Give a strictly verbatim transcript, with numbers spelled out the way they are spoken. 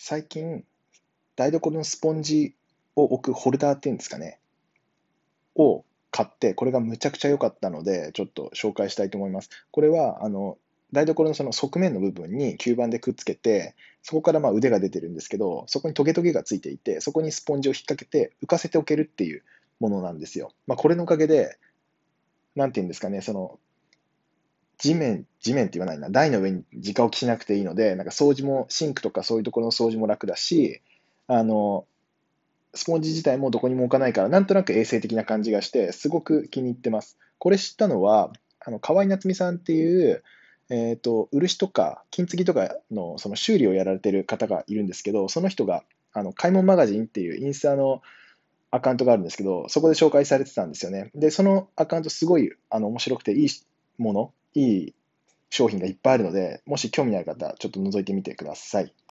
最近、台所のスポンジを置くホルダーっていうんですかね、を買って、これがむちゃくちゃ良かったので、ちょっと紹介したいと思います。これは、あの、台所のその側面の部分に吸盤でくっつけて、そこからまあ腕が出てるんですけど、そこにトゲトゲがついていて、そこにスポンジを引っ掛けて浮かせておけるっていうものなんですよ。まあ、これのおかげで、なんていうんですかね、その地面、地面って言わないな、台の上に直置きしなくていいので、なんか掃除も、シンクとかそういうところの掃除も楽だし、あの、スポンジ自体もどこにも置かないから、なんとなく衛生的な感じがして、すごく気に入ってます。これ知ったのは、あの河合夏美さんっていう、えーと、漆とか金継ぎとかのその修理をやられてる方がいるんですけど、その人があの買い物マガジンっていうインスタのアカウントがあるんですけど、そこで紹介されてたんですよね。で、そのアカウントすごいあの面白くていいもの、いい商品がいっぱいあるので、もし興味のある方、ちょっと覗いてみてください。